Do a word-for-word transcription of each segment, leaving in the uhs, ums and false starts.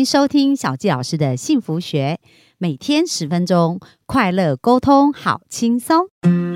迎收听小纪老师的幸福学，每天十分钟，快乐沟通好轻松。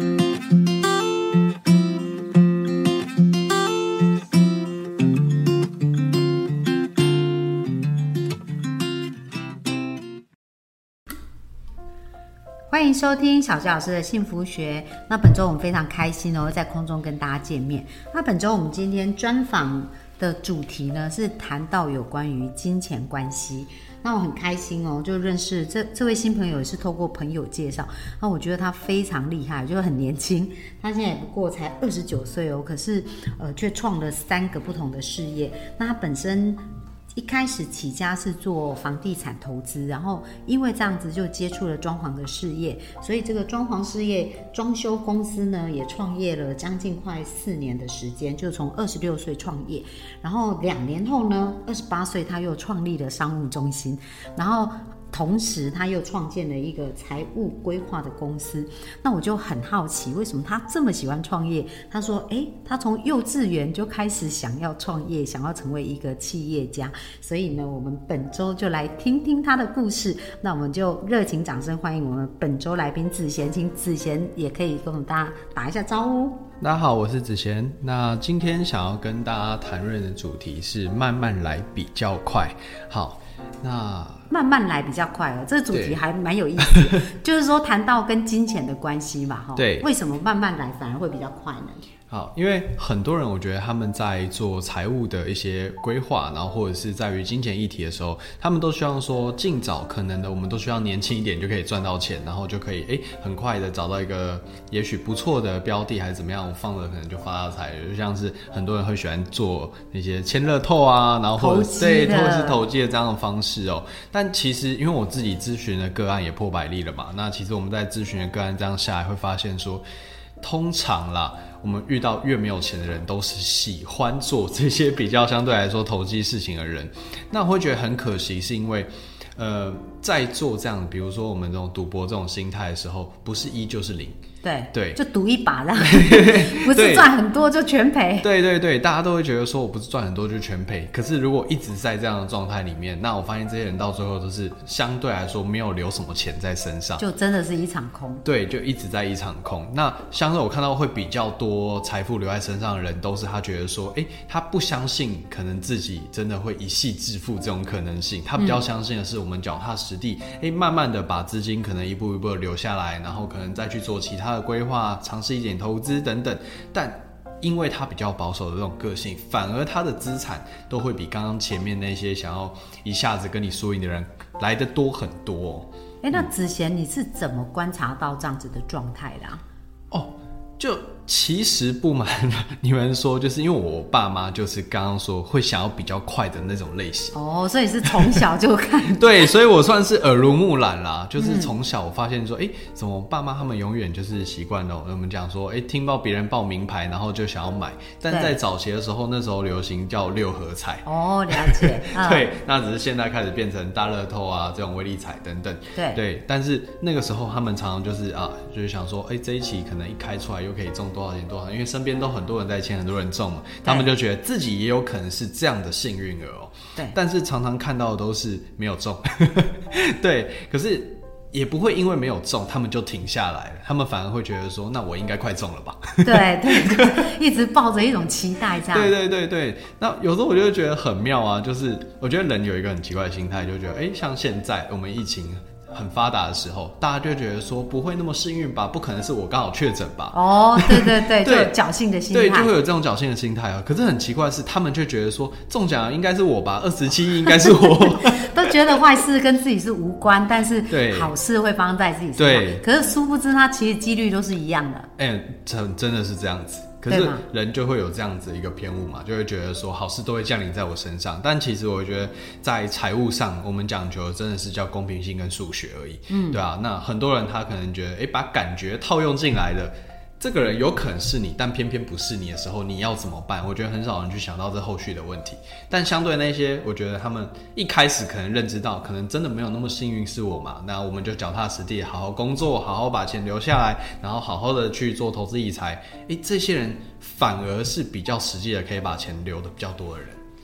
欢迎收听小纪老师的幸福学。那本周我们非常开心哦，在空中跟大家见面。那本周我们今天专访的主题呢，是谈到有关于金钱关系。那我很开心哦，就认识这这位新朋友也是透过朋友介绍。那我觉得他非常厉害，就很年轻，他现在也不过才二十九岁哦，可是呃却创了三个不同的事业。那他本身一开始起家是做房地产投资，然后因为这样子就接触了装潢的事业，所以这个装潢事业装修公司呢也创业了将近快四年的时间，就从二十六岁创业，然后两年后呢二十八岁他又创立了商务中心，然后同时他又创建了一个财务规划的公司。那我就很好奇为什么他这么喜欢创业。他说诶他从幼稚园就开始想要创业，想要成为一个企业家，所以呢我们本周就来听听他的故事。那我们就热情掌声欢迎我们本周来宾子贤，请子贤也可以跟我们大家打一下招呼。 大家好，我是子贤。那今天想要跟大家谈论的主题是慢慢来比较快。好，那慢慢来比较快哦，这个主题还蛮有意思。就是说谈到跟金钱的关系嘛，对，为什么慢慢来反而会比较快呢？ 好，因为很多人我觉得他们在做财务的一些规划，然后或者是在于金钱议题的时候，他们都希望说尽早可能的我们都希望年轻一点就可以赚到钱，然后就可以诶很快的找到一个也许不错的标的还是怎么样，我放了可能就发大财。就像是很多人会喜欢做那些签乐透啊，然后或者对或者是投机的这样的方式哦。但其实因为我自己咨询的个案也破百例了嘛，那其实我们在咨询的个案这样下来会发现说，通常啦我们遇到越没有钱的人都是喜欢做这些比较相对来说投机事情的人。那我会觉得很可惜，是因为呃，在做这样比如说我们这种赌博这种心态的时候，不是一就是零。 对对， 就赌一把啦不是赚很多就全赔。对对对，大家都会觉得说我不是赚很多就全赔，可是如果一直在这样的状态里面，那我发现这些人到最后都是相对来说没有留什么钱在身上， 就真的是一场空。 对，就一直在一场空。那相对我看到会比较多财富留在身上的人，都是他觉得说诶他不相信可能自己真的会一夕致富这种可能性，他比较相信的是我们脚踏实地，诶慢慢的把资金可能一步一步的留下来，然后可能再去做其他的规划，尝试一点投资等等。但因为他比较保守的这种个性，反而他的资产都会比刚刚前面那些想要一下子跟你输赢的人来得多很多哦。 诶那子贤你是怎么观察到这样子的状态的啊？ 哦，就其实不瞒你们说，就是因为我爸妈就是刚刚说会想要比较快的那种类型哦，所以是从小就看对，所以我算是耳濡目染啦。就是从小我发现说，哎、嗯，怎么爸妈他们永远就是习惯了我们讲说，哎，听到别人报名牌，然后就想要买。但在早期的时候，那时候流行叫六合彩哦，了解。 对，那只是现在开始变成大乐透啊，这种威力彩等等。 对对，但是那个时候他们常常就是啊，就是想说，哎，这一期可能一开出来又可以中多少钱多少钱，因为身边都很多人在签，很多人中嘛，他们就觉得自己也有可能是这样的幸运儿哦。对，但是常常看到的都是没有中对，可是也不会因为没有中他们就停下来了，他们反而会觉得说，那我应该快中了吧对对对，一直抱着一种期待这样。 对对对对，那有时候我就觉得很妙啊，就是我觉得人有一个很奇怪的心态，就觉得哎，像现在我们疫情很发达的时候，大家就觉得说不会那么幸运吧，不可能是我刚好确诊吧。 哦，对对对，就有侥幸的心态。 对，就会有这种侥幸的心态啊。可是很奇怪的是，他们就觉得说中奖应该是我吧，二十七亿应该是我， 都觉得坏事跟自己是无关，但是好事会发生在自己身上。对，可是殊不知，它其实几率都是一样的。哎、 欸，真真的是这样子。可是人就会有这样子一个偏误嘛，就会觉得说好事都会降临在我身上。但其实我觉得在财务上，我们讲究的真的是叫公平性跟数学而已。嗯，对啊。那很多人他可能觉得，哎、欸，把感觉套用进来的。这个人有可能是你，但偏偏不是你的时候，你要怎么办？我觉得很少人去想到这后续的问题。但相对那些，我觉得他们一开始可能认知到，可能真的没有那么幸运是我嘛，那我们就脚踏实地，好好工作，好好把钱留下来，然后好好的去做投资理财。诶，这些人反而是比较实际的，可以把钱留的比较多的人。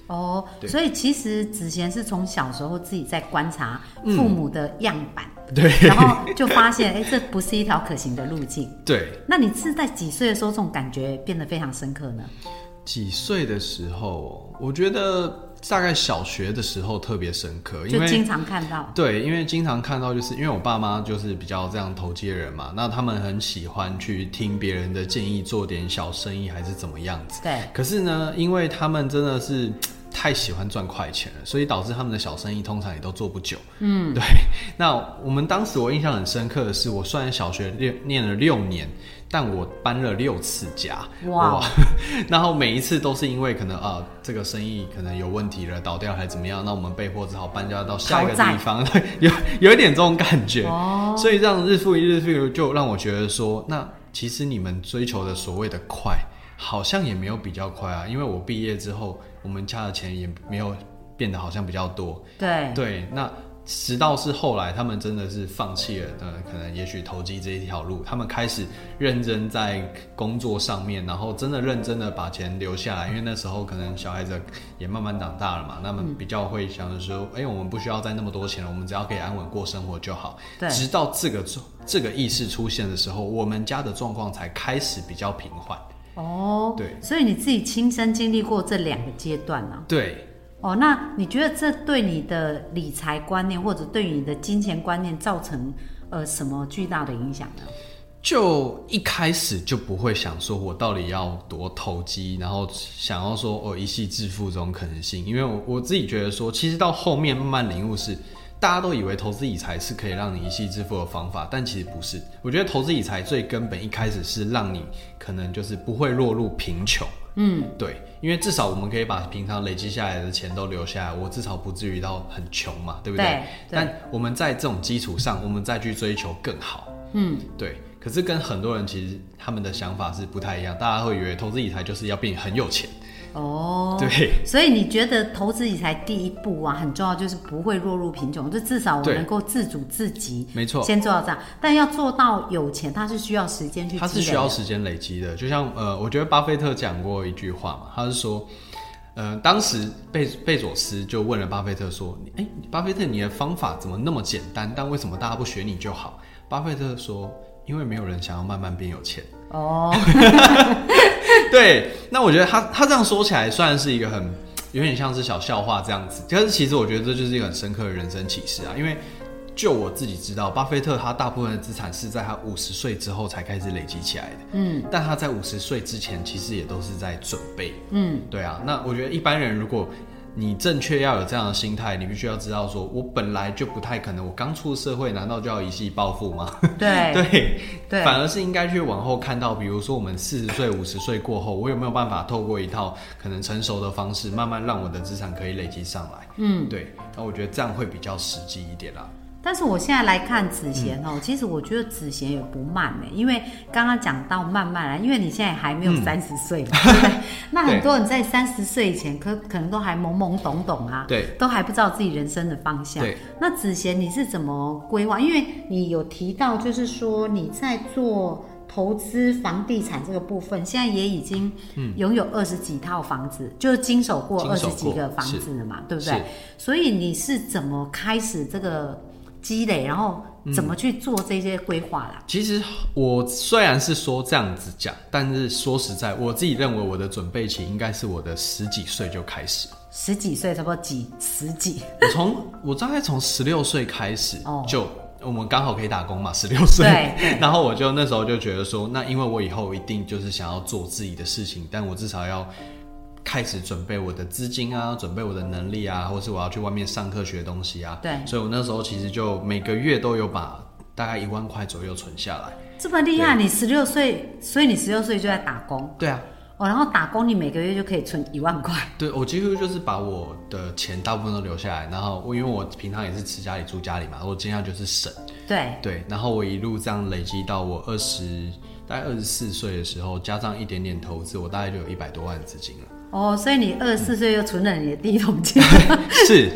哦，所以其实子贤是从小时候自己在观察父母的样板， 嗯、对， 然后就发现，哎，这不是一条可行的路径。 对， 那你是在几岁的时候，这种感觉变得非常深刻呢？ 几岁的时候，我觉得大概小学的时候特别深刻，因为就经常看到。 对，因为经常看到，就是因为我爸妈就是比较这样投机的人嘛，那他们很喜欢去听别人的建议，做点小生意还是怎么样子。 对。 可是呢，因为他们真的是太喜欢赚快钱了，所以导致他们的小生意通常也都做不久。嗯，对。那我们当时我印象很深刻的是，我虽然小学念念了六年。但我搬了六次家，哇！然后每一次都是因为可能啊、呃，这个生意可能有问题了，倒掉还怎么样，那我们被迫只好搬家到下一个地方，有有一点这种感觉。哦，所以这样日复一日复一日，就让我觉得说，那其实你们追求的所谓的快，好像也没有比较快啊，因为我毕业之后，我们家的钱也没有变得好像比较多。 对对，那。直到是后来，他们真的是放弃了，呃，可能也许投机这一条路，他们开始认真在工作上面，然后真的认真的把钱留下来，因为那时候可能小孩子也慢慢长大了嘛，他们比较会想着说，哎、欸，我们不需要再那么多钱了，我们只要可以安稳过生活就好。对。直到这个这个意识出现的时候，我们家的状况才开始比较平缓。 哦， 对。 所以你自己亲身经历过这两个阶段呢、啊？ 对。 哦，那你觉得这对你的理财观念或者对你的金钱观念造成呃什么巨大的影响呢？ 就一开始就不会想说我到底要多投机，然后想要说哦一夕致富这种可能性，因为我我自己觉得说，其实到后面慢慢领悟是，大家都以为投资理财是可以让你一夕致富的方法，但其实不是。我觉得投资理财最根本一开始是让你可能就是不会落入贫穷。嗯，对，因为至少我们可以把平常累积下来的钱都留下来，我至少不至于到很穷嘛，对不对？对。但我们在这种基础上，我们再去追求更好。嗯，对。可是跟很多人其实他们的想法是不太一样，大家会以为投资理财就是要变很有钱。 哦， 对， 所以你觉得投资理财第一步啊，很重要，就是不会落入贫穷，就至少我能够自主自给， 没错， 先做到这样。但要做到有钱，它是需要时间去积累的， 它是需要时间累积的。就像呃，我觉得巴菲特讲过一句话嘛，他是说，呃，当时贝贝佐斯就问了巴菲特说：“哎，巴菲特，你的方法怎么那么简单？但为什么大家不学你就好？”巴菲特说：“因为没有人想要慢慢变有钱。”哦。对，那我觉得他他这样说起来，虽然是一个很有点像是小笑话这样子，但是其实我觉得这就是一个很深刻的人生启示啊。因为就我自己知道，巴菲特他大部分的资产是在他五十岁之后才开始累积起来的，嗯，但他在五十岁之前其实也都是在准备，嗯，对啊。那我觉得一般人如果你正确要有这样的心态，你必须要知道说，我本来就不太可能，我刚出社会，难道就要一夕暴富吗？ 对对对，反而是应该去往后看到，比如说我们四十岁、五十岁过后，我有没有办法透过一套可能成熟的方式，慢慢让我的资产可以累积上来？嗯，对，那我觉得这样会比较实际一点啦。 但是我现在来看子贤哦、嗯，其实我觉得子贤也不慢呢，因为刚刚讲到慢慢来，因为你现在还没有三十岁嘛，对不对？那很多人在三十岁以前可可能都还懵懵懂懂啊，对，都还不知道自己人生的方向。对，那子贤你是怎么规划？因为你有提到，就是说你在做投资房地产这个部分，现在也已经拥有二十几套房子，嗯、就是经手过二十几个房子了嘛，对不对？所以你是怎么开始这个积累，然后怎么去做这些规划啦、嗯？ 其实我虽然是说这样子讲，但是说实在，我自己认为我的准备期应该是我的十几岁就开始。 十几岁，差不多几十几？ 我从我大概从十六岁开始就。哦，我们刚好可以打工嘛，十六岁，然后我就那时候就觉得说，那因为我以后一定就是想要做自己的事情，但我至少要开始准备我的资金啊，准备我的能力啊，或是我要去外面上课学东西啊。对，所以我那时候其实就每个月都有把大概一万块左右存下来。 这么厉害！你十六岁，所以你十六岁就在打工？ 对啊。 哦，然后打工你每个月就可以存一万块。 对，我几乎就是把我的钱大部分都留下来，然后我因为我平常也是吃家里住家里嘛，我尽量就是省。对对，然后我一路这样累积到我二十大概二十四岁的时候，加上一点点投资，我大概就有一百多万资金了。 哦，所以你二十四岁又存了你的第一桶金。 是。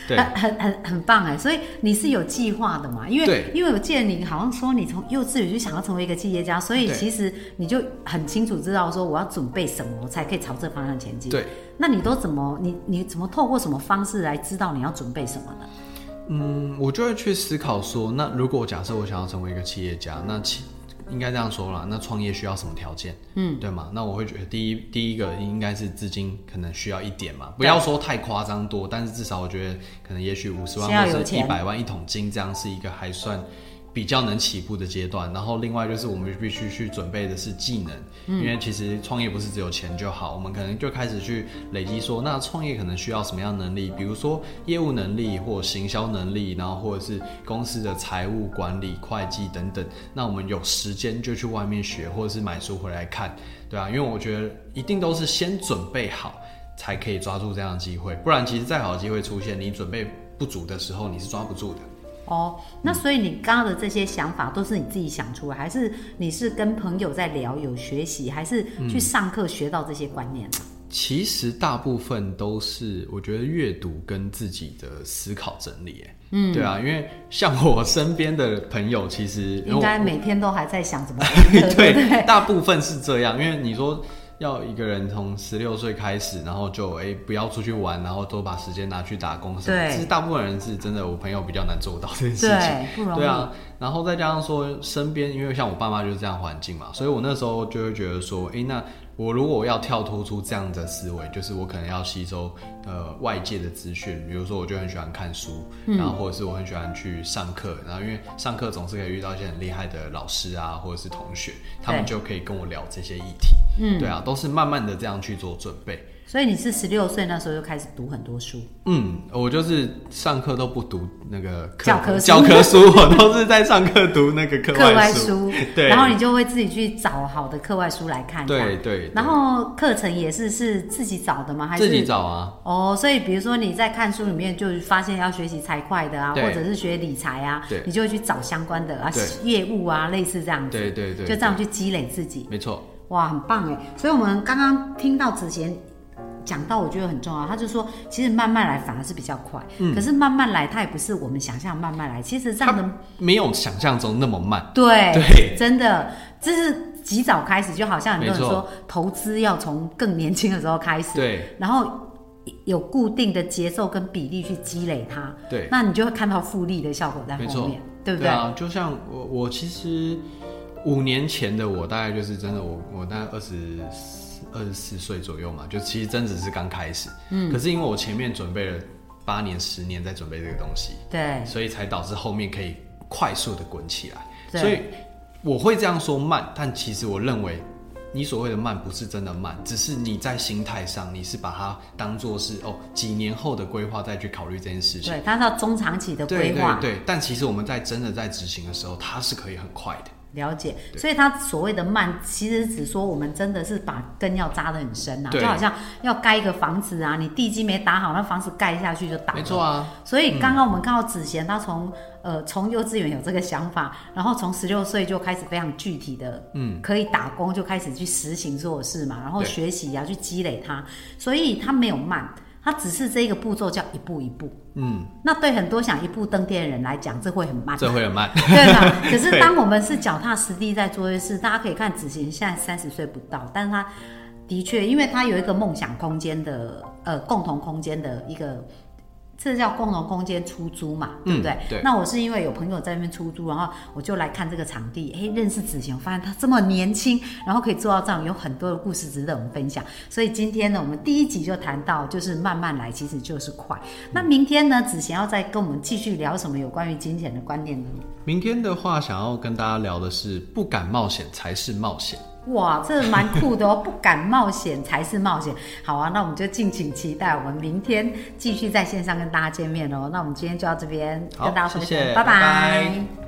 对， 很很很很棒哎，所以你是有计划的嘛？因为因为我记得你好像说你从幼稚园就想要成为一个企业家，所以其实你就很清楚知道说我要准备什么，我才可以朝这方向前进。 对， 那你都怎么你你怎么透过什么方式来知道你要准备什么呢？ 嗯，我就会去思考说，那如果假设我想要成为一个企业家，那企应该这样说啦，那创业需要什么条件？嗯，对吗？那我会觉得第一第一个应该是资金可能需要一点嘛，不要说太夸张多，但是至少我觉得可能也许五十万或是一百万一桶金，这样是一个还算比较能起步的阶段。然后另外就是我们必须去准备的是技能，嗯、因为其实创业不是只有钱就好，我们可能就开始去累积说，那创业可能需要什么样的能力，比如说业务能力或行销能力，然后或者是公司的财务管理、会计等等。那我们有时间就去外面学，或者是买书回来看，对啊，因为我觉得一定都是先准备好，才可以抓住这样的机会，不然其实再好的机会出现，你准备不足的时候，你是抓不住的。 哦，那所以你刚刚的这些想法都是你自己想出来，还是你是跟朋友在聊，有学习，还是去上课学到这些观念？嗯、 其实大部分都是我觉得阅读跟自己的思考整理。嗯，对啊，因为像我身边的朋友，其实应该每天都还在想怎么对, 对，大部分是这样，因为你说。要一个人从十六岁开始，然后就哎、欸、不要出去玩，然后都把时间拿去打工什么。对，其实大部分人是真的，我朋友比较难做到这件事情。 对，不容易。 对啊，然后再加上说身边，因为像我爸妈就是这样环境嘛，所以我那时候就会觉得说，哎、欸，那我如果要跳脱出这样的思维，就是我可能要吸收呃外界的资讯，比如说我就很喜欢看书，嗯、然后或者是我很喜欢去上课，然后因为上课总是可以遇到一些很厉害的老师啊，或者是同学，他们就可以跟我聊这些议题。嗯，对啊，都是慢慢的这样去做准备。 所以你是十六岁那时候就开始读很多书？ 嗯，我就是上课都不读那个教科书， 教科书我都是在上课读那个课外书。 课外书，对，然后你就会自己去找好的课外书来看。 对 对, 对。 然后课程也是是自己找的吗？还是自己找啊？ 哦，所以比如说你在看书里面就发现要学习财会的啊，或者是学理财啊，你就会去找相关的啊业务啊，类似这样子。 对对 对, 对， 就这样去积累自己。 没错。 哇，很棒哎！所以我们刚刚听到子贤讲到，我觉得很重要。他就说，其实慢慢来反而是比较快，嗯、可是慢慢来，它也不是我们想象慢慢来。其实这样的没有想象中那么慢。 对对， 真的，这是及早开始，就好像很多人说，投资要从更年轻的时候开始， 对， 然后有固定的节奏跟比例去积累它， 对， 那你就会看到复利的效果在后面，对不对？ 对啊，就像我，我其实。五年前的我大概就是真的我，我我大概二十二十四岁左右嘛，就其实真只是刚开始，嗯，可是因为我前面准备了八年、十年在准备这个东西， 对， 所以才导致后面可以快速的滚起来。所以我会这样说慢，但其实我认为你所谓的慢不是真的慢，只是你在心态上你是把它当作是哦几年后的规划再去考虑这件事情。 对，它是要中长期的规划。 对对对，但其实我们在真的在执行的时候，它是可以很快的。 了解，所以他所谓的慢，其实只说我们真的是把根要扎得很深啊，就好像要盖一个房子啊，你地基没打好，那房子盖下去就倒了。 没错啊。 所以刚刚我们看到子贤，他从呃从幼稚园有这个想法，然后从十六岁就开始非常具体的，嗯，可以打工就开始去实行所有事嘛，然后学习啊，去积累它，所以他没有慢。它只是这个步骤叫一步一步，嗯，那对很多想一步登天的人来讲，这会很慢， 这会很慢， 对吧？可是当我们是脚踏实地在做一些事，大家可以看子贤现在三十岁不到，但是他的确，因为他有一个梦想空间的呃共同空间的一个。这叫共同空间出租嘛，对不对？嗯、对。那我是因为有朋友在那边出租，然后我就来看这个场地，哎，认识子贤，我发现他这么年轻，然后可以做到这样，有很多的故事值得我们分享。所以今天呢，我们第一集就谈到，就是慢慢来，其实就是快。那明天呢，子贤要再跟我们继续聊什么有关于金钱的观念呢？ 明天的话，想要跟大家聊的是，不敢冒险才是冒险。 哇，这蛮酷的哦！不敢冒险才是冒险。好啊，那我们就敬请期待，我们明天继续在线上跟大家见面哦。那我们今天就到这边跟大家说， 谢谢， 拜拜。 拜拜。